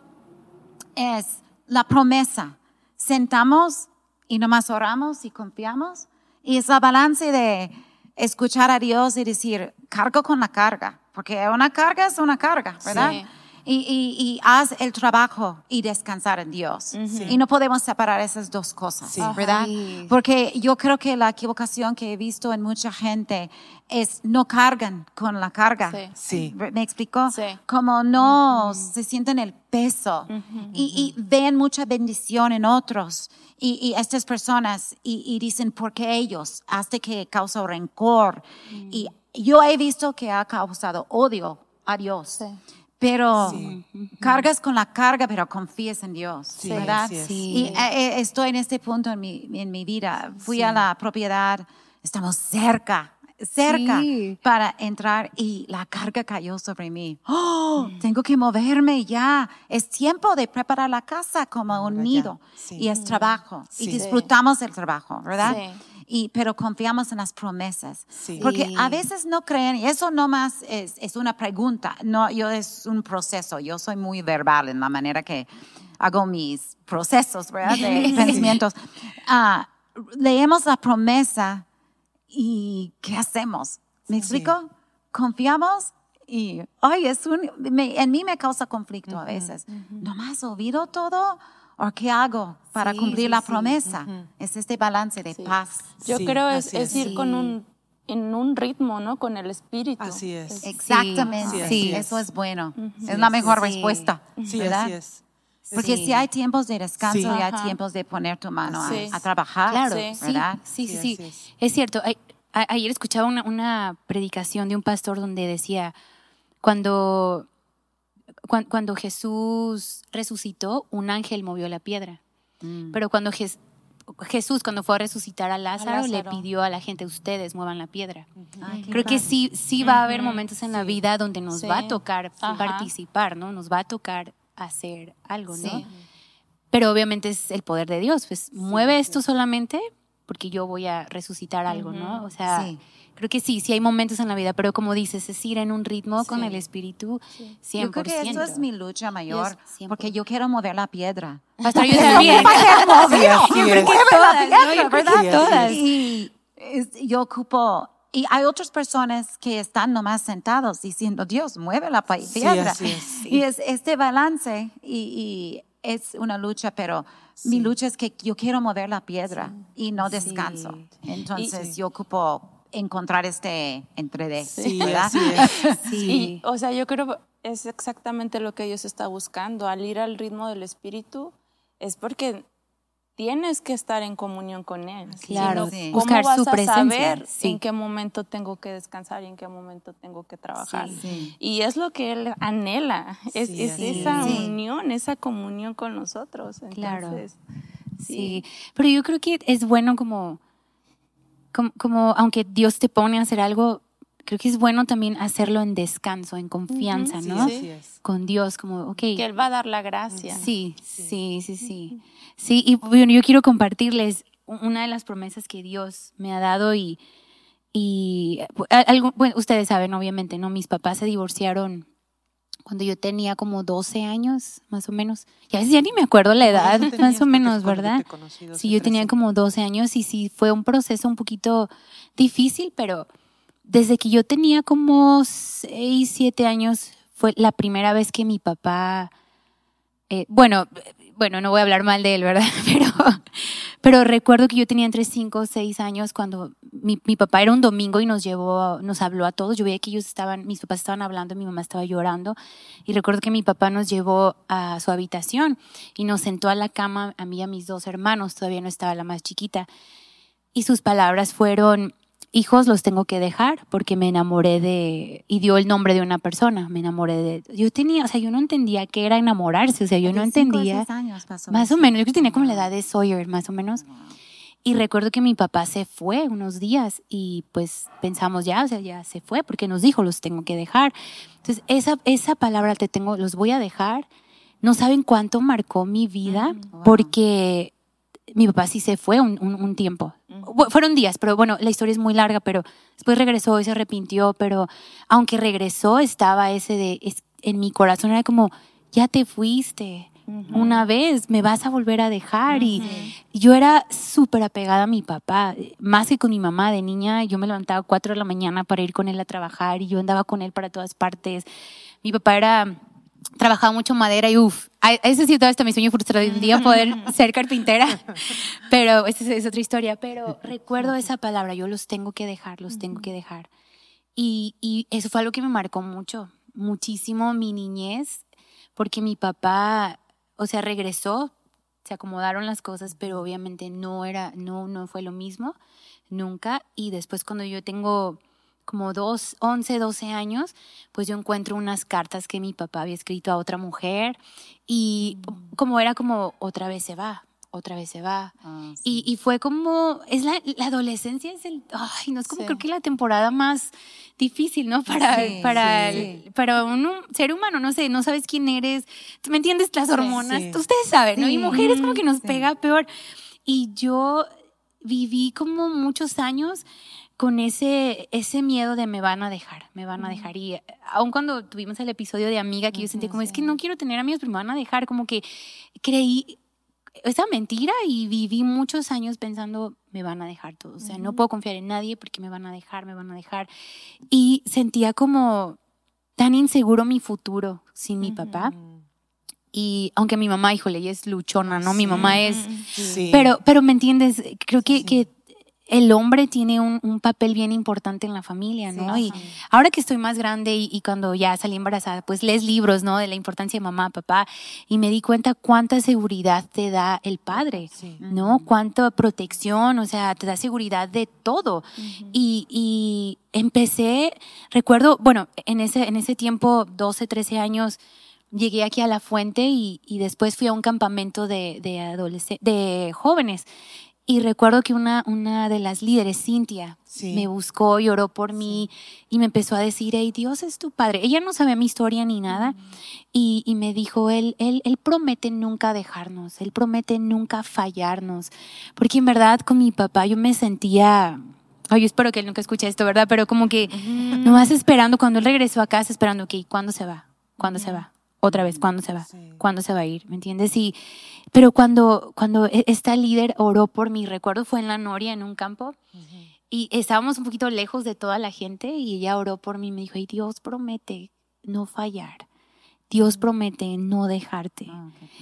es la promesa. Sentamos y nomás oramos y confiamos. Y es el balance de escuchar a Dios y decir, cargo con la carga. Porque una carga es una carga, ¿verdad? Sí. Y haz el trabajo y descansar en Dios. Y no podemos separar esas dos cosas, ¿verdad? Ay. Porque yo creo que la equivocación que he visto en mucha gente es no cargan con la carga. Sí. ¿Me explicó? Sí. Como no se sienten el peso y ven mucha bendición en otros y estas personas y dicen, ¿por qué ellos? Hasta que causa rencor. Y yo he visto que ha causado odio a Dios. Sí. Pero cargas con la carga, pero confías en Dios, Sí, ¿verdad? así es. Sí. Y estoy en este punto en mi vida. Fui a la propiedad, estamos cerca Sí. para entrar y la carga cayó sobre mí. ¡Oh! Tengo que moverme ya. Es tiempo de preparar la casa como un Ahora ya. nido. Sí. Y es trabajo. Sí. Y disfrutamos el trabajo, ¿verdad? Sí. Pero confiamos en las promesas. Sí. Porque a veces no creen, y eso no más es una pregunta, no, es un proceso. Yo soy muy verbal en la manera que hago mis procesos, ¿verdad? De pensamientos. Leemos la promesa y ¿qué hacemos? ¿Me explico? Confiamos y, ay, en mí me causa conflicto a veces. ¿Nomás olvido todo? ¿O qué hago para cumplir la promesa? Es este balance de paz. Yo Sí, creo así es ir con en un ritmo, ¿no? Con el espíritu. Así es. Exactamente. Sí, así es. Eso es bueno. Sí, es la mejor sí. respuesta. Sí, ¿verdad? así es. Porque Sí. si hay tiempos de descanso Sí. y hay Ajá. tiempos de poner tu mano Sí. a trabajar, Claro, Sí. ¿verdad? Sí, Sí, sí, así sí. es. Es cierto. Ayer escuchaba una predicación de un pastor donde decía, cuando Jesús resucitó, un ángel movió la piedra. Pero cuando Jesús, cuando fue a resucitar a Lázaro, le Lázaro. pidió a la gente, ustedes muevan la piedra. Ay, qué Creo que padre. sí va a haber momentos en la vida donde nos Sí. va a tocar Ajá. participar, ¿no? Nos va a tocar hacer algo, ¿no? Sí. Pero obviamente es el poder de Dios, pues mueve esto solamente porque yo voy a resucitar algo, ¿no? O sea, Sí. creo que sí hay momentos en la vida, pero como dices, es ir en un ritmo con Sí. el espíritu 100%. Yo creo que eso es mi lucha mayor, Yes, porque yo quiero mover la piedra. Pastor, yo también. Sí, así es. Todas, ¿no? Yo creo que Sí, así todas. es. Y yo ocupo, y hay otras personas que están nomás sentados diciendo, Dios, mueve la piedra. así es. Y es este balance y es una lucha, pero mi lucha es que yo quiero mover la piedra y no descanso. Entonces yo ocupo encontrar este entrede, Sí, ¿verdad? así es. Sí. Y, o sea, yo creo es exactamente lo que Dios está buscando. Al ir al ritmo del espíritu es porque tienes que estar en comunión con Él. Claro, Si no, sí. ¿cómo buscar vas su a presencia, saber sí. en qué momento tengo que descansar y en qué momento tengo que trabajar? Sí. Y es lo que Él anhela, es Sí, así esa es. unión, esa comunión con nosotros. Claro. Entonces, Sí, pero yo creo que es bueno como aunque Dios te pone a hacer algo, creo que es bueno también hacerlo en descanso, en confianza, Sí, ¿no? así es. Con Dios, como, ok. que Él va a dar la gracia. Sí. Sí, y bueno, yo quiero compartirles una de las promesas que Dios me ha dado y bueno, ustedes saben, obviamente, ¿no? Mis papás se divorciaron cuando yo tenía como 12 años, más o menos. Y a veces ya ni me acuerdo la edad, ¿Cuántos más o tenías? menos, Porque cuando ¿verdad? te conocí, 12, Sí, yo tenía 13. como 12 años y sí, fue un proceso un poquito difícil, pero desde que yo tenía como 6, 7 años, fue la primera vez que mi papá, bueno, bueno, no voy a hablar mal de él, ¿verdad? Pero recuerdo que yo tenía entre 5 o 6 años cuando mi papá era un domingo y nos habló a todos. Yo veía que mis papás estaban hablando, mi mamá estaba llorando. Y recuerdo que mi papá nos llevó a su habitación y nos sentó a la cama, a mí y a mis 2 hermanos, todavía no estaba la más chiquita. Y sus palabras fueron: hijos, los tengo que dejar porque me enamoré y dio el nombre de una persona, me enamoré yo no entendía qué era enamorarse, yo no entendía. 5 o 6 años pasó más eso. o menos, yo creo que tenía como la edad de Sawyer, más o menos. Y recuerdo que mi papá se fue unos días y pues pensamos ya se fue porque nos dijo, los tengo que dejar. Entonces esa palabra los voy a dejar, no saben cuánto marcó mi vida, porque mi papá sí se fue un tiempo. Fueron días, pero bueno, la historia es muy larga, pero después regresó y se arrepintió, pero aunque regresó estaba en mi corazón era como, ya te fuiste una vez, me vas a volver a dejar. Y yo era súper apegada a mi papá, más que con mi mamá. De niña yo me levantaba a 4 de la mañana para ir con él a trabajar y yo andaba con él para todas partes. Mi papá trabajaba mucho madera y ese sí todavía está mi sueño frustrado de un día poder ser carpintera, pero esa es otra historia. Pero recuerdo esa palabra, yo los tengo que dejar, los tengo que dejar. Y eso fue algo que me marcó muchísimo mi niñez, porque mi papá, regresó, se acomodaron las cosas, pero obviamente no fue lo mismo, nunca. Y después cuando yo tengo como 11, 12 años, pues yo encuentro unas cartas que mi papá había escrito a otra mujer y era como otra vez se va. Sí. Y fue como, la adolescencia no es como creo que la temporada más difícil, ¿no? Para un ser humano, no sé, no sabes quién eres, ¿me entiendes? Las hormonas, ustedes saben, ¿no? Y mujeres como que nos pega peor. Y yo viví como muchos años con ese miedo de me van a dejar. Y aun cuando tuvimos el episodio de amiga, que yo sentía como, es que no quiero tener amigos, pero me van a dejar, como que creí esa mentira y viví muchos años pensando, me van a dejar todos. No puedo confiar en nadie porque me van a dejar. Y sentía como tan inseguro mi futuro sin mi papá. Y aunque mi mamá, híjole, ella es luchona, ¿no? Mi mamá es... Sí. Pero ¿me entiendes? Creo que el hombre tiene un papel bien importante en la familia, ¿no? Sí, y ahora que estoy más grande y cuando ya salí embarazada, pues lees libros, ¿no? De la importancia de mamá, papá, y me di cuenta cuánta seguridad te da el padre, ¿no? Cuánta protección, te da seguridad de todo. Y empecé, recuerdo, bueno, en ese tiempo, 12, 13 años, llegué aquí a La Fuente y después fui a un campamento de jóvenes. Y recuerdo que una de las líderes, Cintia, me buscó y oró por mí y me empezó a decir, hey, Dios es tu padre. Ella no sabía mi historia ni nada y me dijo, él promete nunca dejarnos, Él promete nunca fallarnos. Porque en verdad con mi papá yo me sentía... Ay, yo espero que él nunca escuche esto, ¿verdad? Pero como que nomás esperando, cuando él regresó a casa, esperando, ok, ¿cuándo se va? ¿Cuándo se va? Otra vez, ¿cuándo se va? ¿Cuándo se va a ir? ¿Me entiendes? Pero cuando esta líder oró por mí, recuerdo fue en La Noria, en un campo, y estábamos un poquito lejos de toda la gente, y ella oró por mí y me dijo, hey, Dios promete no fallar, Dios promete no dejarte.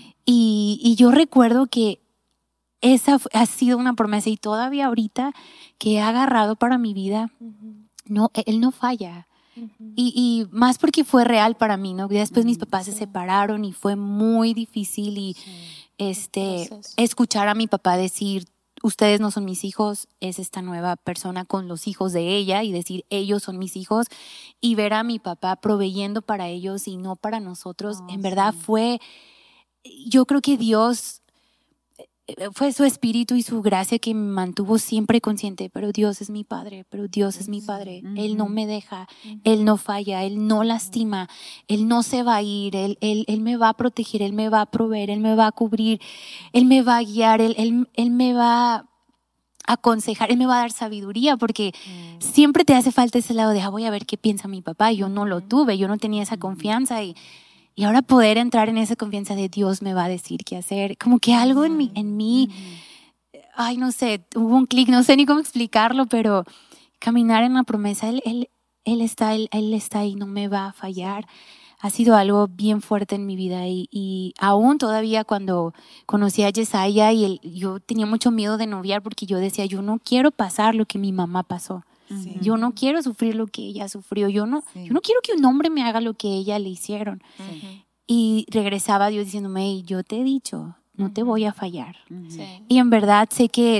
Y yo recuerdo que esa ha sido una promesa, y todavía ahorita que he agarrado para mi vida, Él no falla. Y más porque fue real para mí, ¿no? Después mis papás se separaron y fue muy difícil y escuchar a mi papá decir, ustedes no son mis hijos, es esta nueva persona con los hijos de ella, y decir, ellos son mis hijos, y ver a mi papá proveyendo para ellos y no para nosotros, en verdad yo creo que Dios... Fue su espíritu y su gracia que me mantuvo siempre consciente, pero Dios es mi padre, Él no me deja, Él no falla, Él no lastima, Él no se va a ir, Él me va a proteger, Él me va a proveer, Él me va a cubrir, Él me va a guiar, Él me va a aconsejar, Él me va a dar sabiduría, porque siempre te hace falta ese lado de, voy a ver qué piensa mi papá. Yo no lo tuve, yo no tenía esa confianza y ahora poder entrar en esa confianza de Dios me va a decir qué hacer. Como que algo en mí, ay, no sé, hubo un clic, no sé ni cómo explicarlo, pero caminar en la promesa, Él está ahí, no me va a fallar. ha sido algo bien fuerte en mi vida y aún todavía cuando conocí a Yesaya yo tenía mucho miedo de noviar porque yo decía, yo no quiero pasar lo que mi mamá pasó. Sí. Yo no quiero sufrir lo que ella sufrió. Yo no quiero que un hombre me haga lo que ella le hicieron. Y regresaba a Dios diciéndome, hey, yo te he dicho, no te voy a fallar. Sí. Y en verdad sé que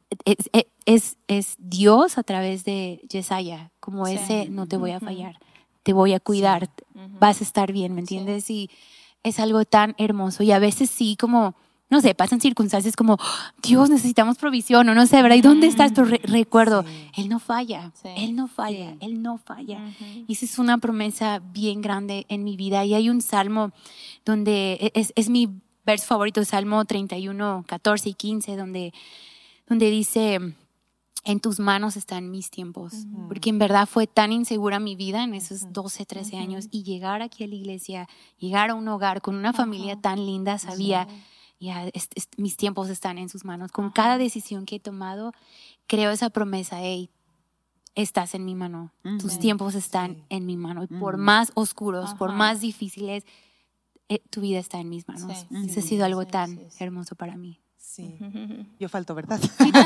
es Dios a través de Yesaya, como ese no te voy a fallar, te voy a cuidar, vas a estar bien, ¿me entiendes? Sí. Y es algo tan hermoso y a veces sí como, no sé, pasan circunstancias como, Dios, necesitamos provisión o no sé, ¿verdad? ¿Y dónde estás? Pero recuerdo, Él no falla, Sí. Él no falla, Él no falla. Y esa es una promesa bien grande en mi vida. Y hay un salmo donde es mi verso favorito, Salmo 31, 14 y 15, donde dice, en tus manos están mis tiempos. Porque en verdad fue tan insegura mi vida en esos 12, 13 años. Y llegar aquí a la iglesia, llegar a un hogar con una familia tan linda, sabía, ya, mis tiempos están en sus manos. Con cada decisión que he tomado, creo esa promesa, hey, estás en mi mano. Tus tiempos están en mi mano. Y por más oscuros, por más difíciles, tu vida está en mis manos. Eso ha sido algo tan hermoso para mí. Sí, yo falto, ¿verdad?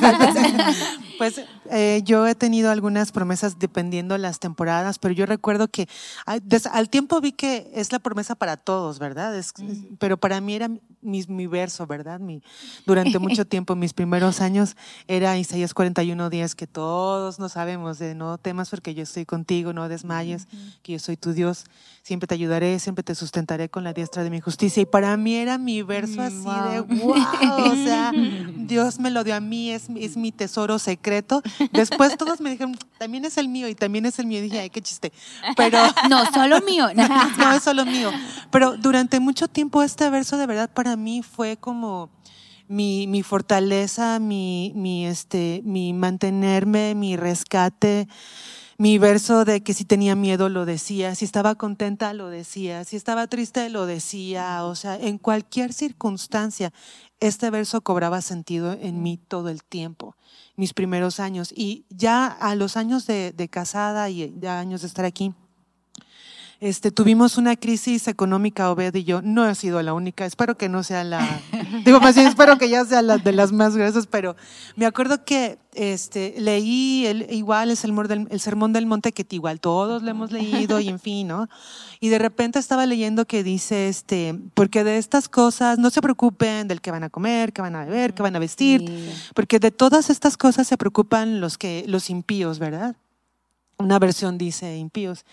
Pues yo he tenido algunas promesas dependiendo las temporadas, pero yo recuerdo que al tiempo vi que es la promesa para todos, ¿verdad? Pero para mí era mi verso, ¿verdad? Durante mucho tiempo, mis primeros años, era Isaías 41:10, que todos no sabemos, de no temas porque yo estoy contigo, no desmayes, que yo soy tu Dios, siempre te ayudaré, siempre te sustentaré con la diestra de mi justicia. Y para mí era mi verso así de wow, o sea, Dios me lo dio a mí, es mi tesoro secreto. Después todos me dijeron, también es el mío y también es el mío. Y dije, ay, qué chiste. Pero no, solo mío. no es solo mío. Pero durante mucho tiempo este verso de verdad para mí fue como mi fortaleza, mi mantenerme, mi rescate. Mi verso de que si tenía miedo lo decía, si estaba contenta lo decía, si estaba triste lo decía, o sea, en cualquier circunstancia, este verso cobraba sentido en mí todo el tiempo, mis primeros años. Y ya a los años de casada y ya años de estar aquí, tuvimos una crisis económica, Obed y yo. No he sido la única, espero que no sea más bien espero que ya sea la de las más gruesas, pero me acuerdo que leí igual el Sermón del Monte, que igual todos lo hemos leído y en fin, ¿no? Y de repente estaba leyendo que dice, porque de estas cosas no se preocupen del que van a comer, que van a beber, que van a vestir, porque de todas estas cosas se preocupan los impíos, ¿verdad? Una versión dice impíos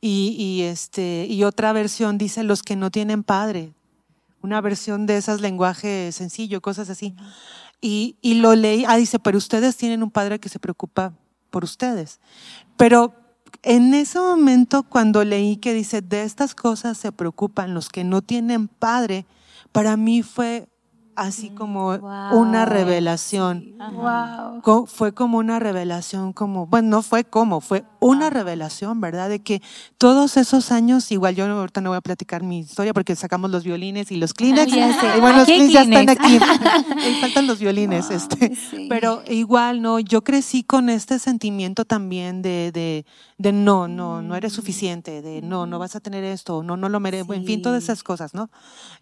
y otra versión dice los que no tienen padre. Una versión de esas, lenguaje sencillo, cosas así. Y lo leí, dice, pero ustedes tienen un padre que se preocupa por ustedes. Pero en ese momento cuando leí que dice, de estas cosas se preocupan los que no tienen padre, para mí fue así como una revelación. Wow. Fue como una revelación, fue una revelación, ¿verdad? De que todos esos años, igual yo ahorita no voy a platicar mi historia porque sacamos los violines y los Kleenex. Y bueno, los Kleenex ya están aquí. Y faltan los violines. Pero igual, ¿no? Yo crecí con este sentimiento también de no eres suficiente, de no vas a tener esto, no lo mereces, en fin, todas esas cosas, ¿no?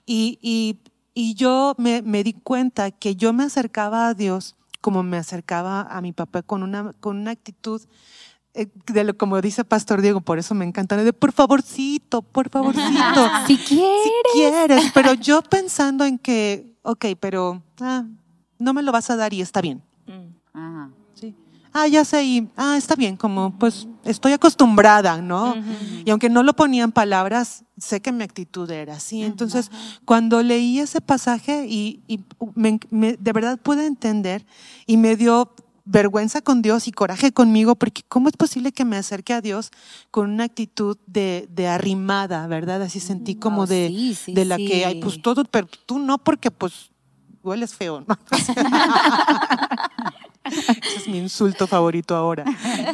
Y yo me di cuenta que yo me acercaba a Dios como me acercaba a mi papá, con una actitud, como dice Pastor Diego, por eso me encanta, de por favorcito. Si quieres. Pero yo pensando en que, pero no me lo vas a dar y está bien. Sí. Ya sé, y está bien, como pues estoy acostumbrada, ¿no? Y aunque no lo ponía en palabras, sé que mi actitud era así. Entonces, cuando leí ese pasaje y de verdad pude entender y me dio vergüenza con Dios y coraje conmigo, porque ¿cómo es posible que me acerque a Dios con una actitud de arrimada, ¿verdad? Así sentí como de la que hay, pues todo, pero tú no, porque pues hueles feo, ¿no? Ese es mi insulto favorito ahora.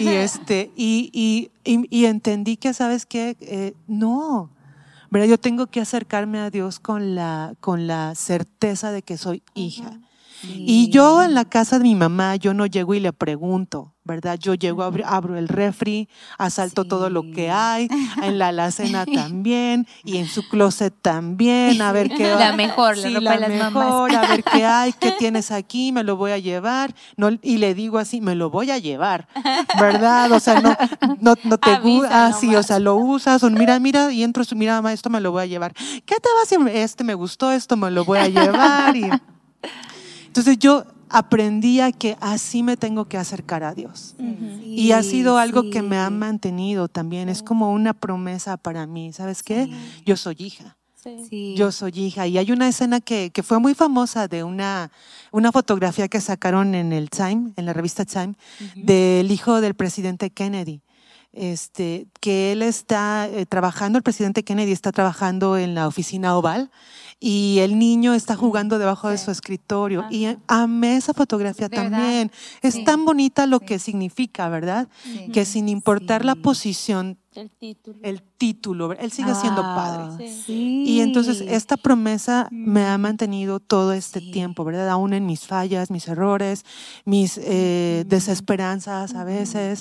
Y entendí que, ¿sabes qué? No, ¿verdad? Yo tengo que acercarme a Dios con la certeza de que soy hija. Y yo en la casa de mi mamá, yo no llego y le pregunto, ¿verdad? Yo llego, abro el refri, asalto todo lo que hay, en la alacena también, y en su closet también, a ver qué La mejor, la sí, ropa la de las mejor, mamás. a ver qué hay, qué tienes aquí, me lo voy a llevar. No, y le digo así, me lo voy a llevar, ¿verdad? O sea, no te Avisa gusta, sí, o nomás. sea, lo usas, o mira, y entro, mira, mamá, esto me lo voy a llevar. ¿Qué te vas a hacer? Me gustó, esto me lo voy a llevar. Y entonces yo aprendí a que así me tengo que acercar a Dios. Y ha sido algo que me ha mantenido también. Es como una promesa para mí. ¿Sabes qué? Yo soy hija. Sí. Yo soy hija. Y hay una escena que fue muy famosa de una fotografía que sacaron en el Time, en la revista Time, del hijo del presidente Kennedy. Que él está trabajando, el presidente Kennedy está trabajando en la oficina oval y el niño está jugando debajo de su escritorio. Ajá. Y amé esa fotografía ¿Verdad? también. Es Sí. tan bonita lo Sí. que significa, ¿verdad? Sí. Que sin importar la Sí. posición, El título. el título, él sigue siendo padre. Sí. Sí. Y entonces esta promesa me ha mantenido todo este Sí. tiempo, ¿verdad? Aún en mis fallas, mis errores, mis desesperanzas a veces,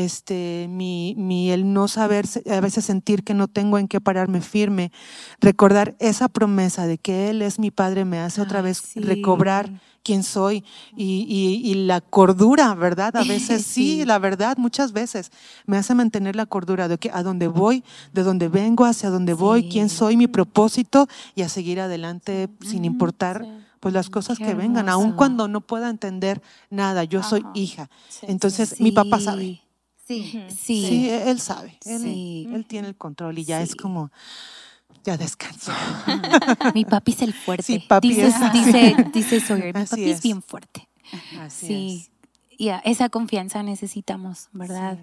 el no saber, a veces sentir que no tengo en qué pararme firme. Recordar esa promesa de que Él es mi Padre me hace otra vez sí. recobrar quién soy y la cordura, ¿verdad? A veces sí, la verdad, muchas veces me hace mantener la cordura de que a dónde voy, de dónde vengo, hacia dónde voy, quién soy, mi propósito y a seguir adelante sin importar pues las cosas Qué que vengan, hermoso. aun cuando no pueda entender nada, yo soy hija. Entonces mi papá sabe. Sí. Sí. Sí, él sabe, Sí. él tiene el control y ya es como, ya descanso. Mi papi es el fuerte. Sí, papi dice, es- dice Sawyer, mi Así papi es es. bien fuerte. Así Sí. Y esa confianza necesitamos, ¿verdad?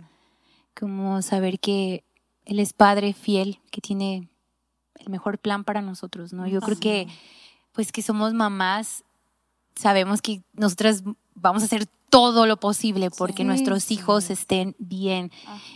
Como saber que Él es Padre fiel, que tiene el mejor plan para nosotros, ¿no? Yo creo que, pues que somos mamás, sabemos que nosotras vamos a hacer todo lo posible porque Sí, nuestros sí. hijos estén bien.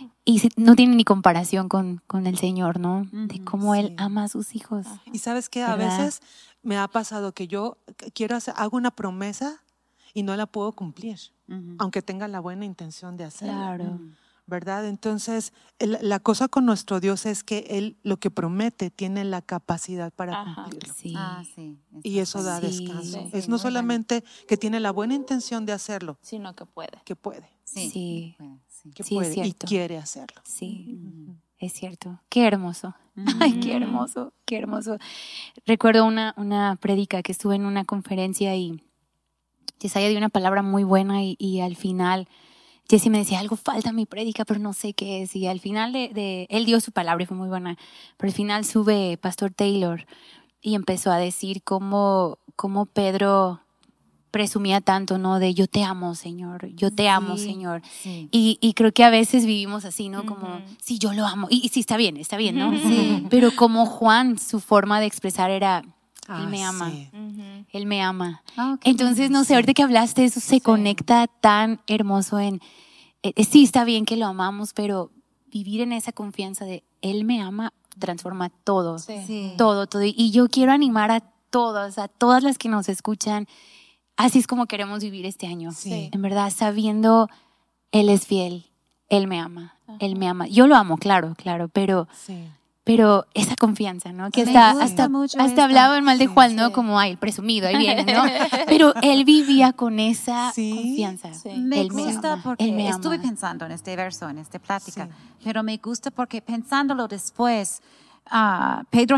Y no tiene ni comparación con el Señor, ¿no? De cómo Él sí. ama a sus hijos. Y sabes que a ¿Verdad? veces me ha pasado que yo hago una promesa y no la puedo cumplir, aunque tenga la buena intención de hacerlo. Claro. ¿Verdad? Entonces, la cosa con nuestro Dios es que Él lo que promete tiene la capacidad para Ajá. cumplirlo. Sí. Sí. Y eso da Sí. descanso. Sí. Es no solamente que tiene la buena intención de hacerlo, Sino que puede. que puede, Sí. que Sí, es puede y cierto. quiere hacerlo. Sí, es cierto. Qué hermoso. Ay, qué hermoso, qué hermoso. Recuerdo una prédica que estuve en una conferencia y Yesaya dio una palabra muy buena y al final Jessy me decía, algo falta a mi prédica, pero no sé qué es. Y al final él dio su palabra y fue muy buena, pero al final sube Pastor Taylor y empezó a decir cómo Pedro presumía tanto, ¿no? De yo te amo, Señor, yo te amo, Señor. Sí. Y creo que a veces vivimos así, ¿no? Como, sí, yo lo amo. Y sí, está bien, ¿no? Sí. Pero como Juan, su forma de expresar era, él me ama, Sí. él me ama. Ah, qué Entonces, no sé, ahorita que hablaste, eso se conecta tan hermoso en, sí, está bien que lo amamos, pero vivir en esa confianza de él me ama transforma todo, Sí. todo. Y yo quiero animar a todas las que nos escuchan. Así es como queremos vivir este año. Sí. En verdad, sabiendo Él es fiel, Él me ama, Él me ama. Yo lo amo, claro, Sí. pero esa confianza, ¿no? Que Me hasta gusta mucho hasta esto. hablaban mal de Juan, ¿no? Como, ay, el presumido, ahí viene, ¿no? Pero él vivía con esa Sí. confianza. Sí. Me Él me gusta ama, porque él me estuve ama. pensando en este verso, en esta plática, Sí. pero me gusta porque pensándolo después, Pedro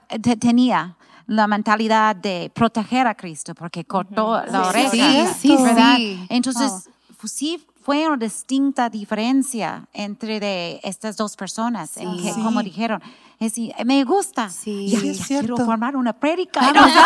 tenía la mentalidad de proteger a Cristo porque cortó la Sí, oreja, sí, ¿verdad? sí. Entonces, sí fue una distinta diferencia entre estas dos personas, en que, Sí. como dijeron, es decir, me gusta, Sí. ya, Sí, es ya cierto. quiero formar una prédica.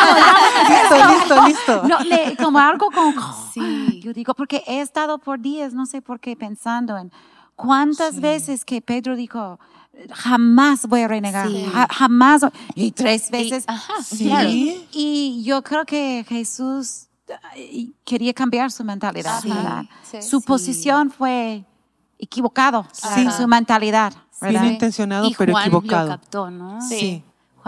Listo. No, como algo como, Sí. yo digo, porque he estado por días, no sé por qué, pensando en cuántas veces que Pedro dijo, jamás voy a renegar, Sí. jamás, y 3 veces. Ajá, Sí. claro. Y yo creo que Jesús quería cambiar su mentalidad, Sí. ¿verdad? Sí. Su Sí. posición fue equivocado, Sí. su mentalidad, ¿verdad? Bien intencionado, Y pero Juan equivocado. lo captó, ¿no? Sí.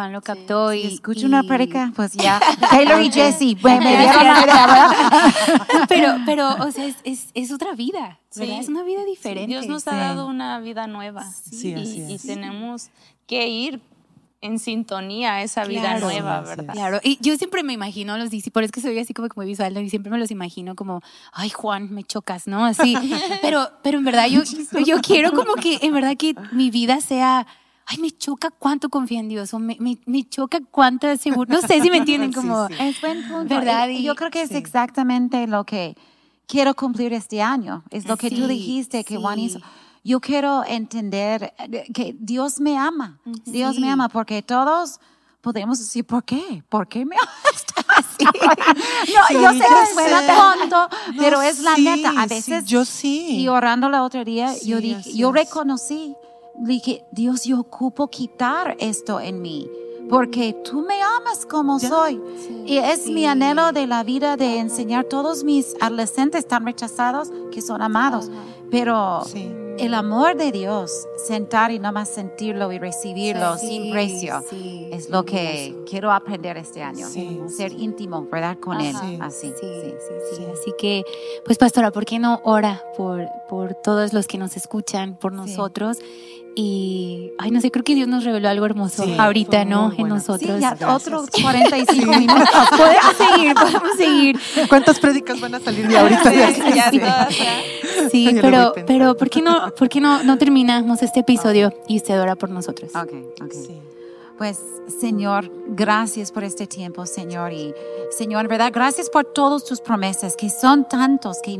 Juan lo captó. Si escucho una prédica, pues ya. Taylor y Jesse, me dieron la idea, ¿verdad? Pero, o sea, es otra vida, ¿verdad? Sí. Es una vida diferente. Dios nos ha dado una vida nueva. Sí, así y es. tenemos que ir en sintonía a esa vida Claro. nueva, Sí, así ¿verdad? Claro, y yo siempre me imagino a los discípulos, es que soy así como que muy visual, ¿no? Y siempre me los imagino como, ay, Juan, me chocas, ¿no? Así, pero en verdad yo quiero como que, en verdad que mi vida sea, ay, me choca cuánto confía en Dios, o me choca cuánto seguro, no sé si me entienden, Sí, como, sí. Es buen punto. ¿Verdad? Y yo creo que es Sí. exactamente lo que quiero cumplir este año. Es lo que tú Sí, dijiste, que Juan sí. hizo. Yo quiero entender que Dios me ama. Dios Sí. me ama porque todos podemos decir, ¿por qué? ¿Por qué me amas? No, yo sé que suena tonto, pero es la sí, neta. A sí, veces, yo sí. y orando el otro día, Sí, yo dije, así yo es. reconocí, dije, Dios, yo ocupo quitar esto en mí, porque tú me amas como Ya. soy. Y es Sí. mi anhelo de la vida de enseñar a todos mis adolescentes tan rechazados que son amados. Pero Sí. el amor de Dios, sentar y nomás sentirlo y recibirlo Sí, sin precio, sí, es lo que quiero aprender este año. Sí. Ser íntimo, ¿verdad? Con Él. Sí. Así. Sí. Así que, pues, pastora, ¿por qué no ora por todos los que nos escuchan, por nosotros? Y, ay, no sé, creo que Dios nos reveló algo hermoso Sí, ahorita, fue ¿no? muy En bueno. nosotros. Sí, ya Gracias. otros 45 minutos. Podemos seguir. ¿Cuántas prédicas van a salir de ahorita? de aquí? Ya Sí. todas, ¿verdad? Sí, Ya lo pero, voy pensando. ¿por qué no terminamos este episodio y usted ora por nosotros? Ok. Sí. Pues, Señor, gracias por este tiempo, Señor. Y, Señor, ¿verdad? Gracias por todas tus promesas, que son tantos, que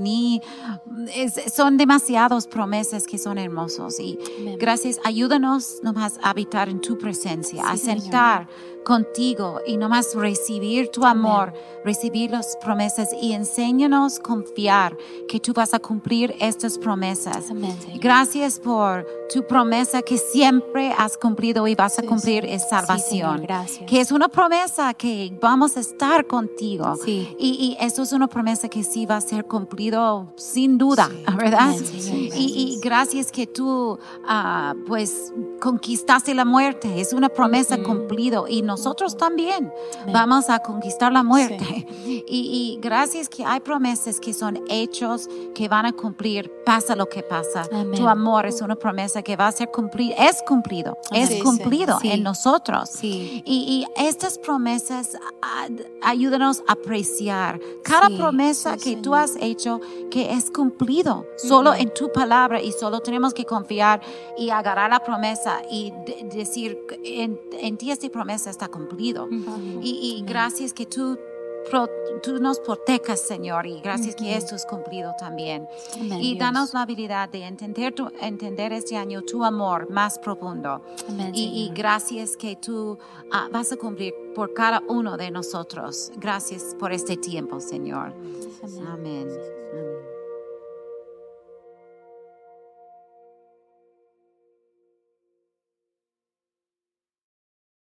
son demasiados promesas que son hermosos. Y Amén. gracias, ayúdanos nomás a habitar en tu presencia, a Sí, Señor. sentar contigo y nomás recibir tu amor, recibir las promesas y enséñanos confiar que tú vas a cumplir estas promesas. Amén, Señor. Gracias por tu promesa que siempre has cumplido y vas a cumplir es salvación. Sí, Señor, gracias. Que es una promesa que vamos a estar contigo. Sí. Y eso es una promesa que sí va a ser cumplido sin duda, Sí. ¿verdad? Amén, Señor, Y gracias que tú, pues, conquistaste la muerte. Es una promesa cumplida. Y nosotros también Amén. vamos a conquistar la muerte. Y gracias que hay promesas que son hechos, que van a cumplir, pasa lo que pasa. Amén. Tu amor es una promesa que va a ser cumplido, es cumplido, Amén. es Sí, cumplido sí. en nosotros. Sí. Y estas promesas, ayúdanos a apreciar cada Sí, promesa sí, que tú Señor. has hecho, que es cumplido solo en tu palabra, y solo tenemos que confiar y agarrar la promesa y decir, en ti esta promesa está cumplido. Y gracias que tú nos protejas, Señor, y gracias que esto es cumplido también. Amén, Y Dios. danos la habilidad de entender este año tu amor más profundo. Amén, Y Señor. gracias que tú vas a cumplir por cada uno de nosotros. Gracias por este tiempo, Señor. Amén. Amén. Amén.